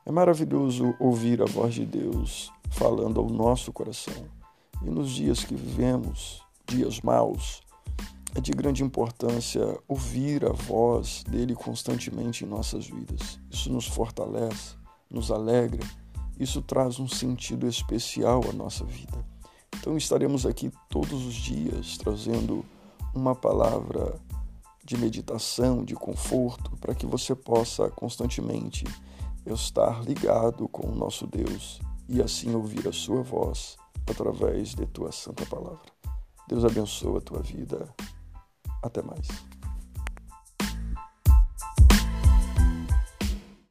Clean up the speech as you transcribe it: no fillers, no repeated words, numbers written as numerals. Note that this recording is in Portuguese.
É maravilhoso ouvir a voz de Deus falando ao nosso coração. E nos dias que vivemos, dias maus, é de grande importância ouvir a voz dele constantemente em nossas vidas. Isso nos fortalece, nos alegra, isso traz um sentido especial à nossa vida. Então estaremos aqui todos os dias trazendo uma palavra de meditação, de conforto, para que você possa constantemente estar ligado com o nosso Deus e assim ouvir a sua voz através de tua santa palavra. Deus abençoe a tua vida. Até mais.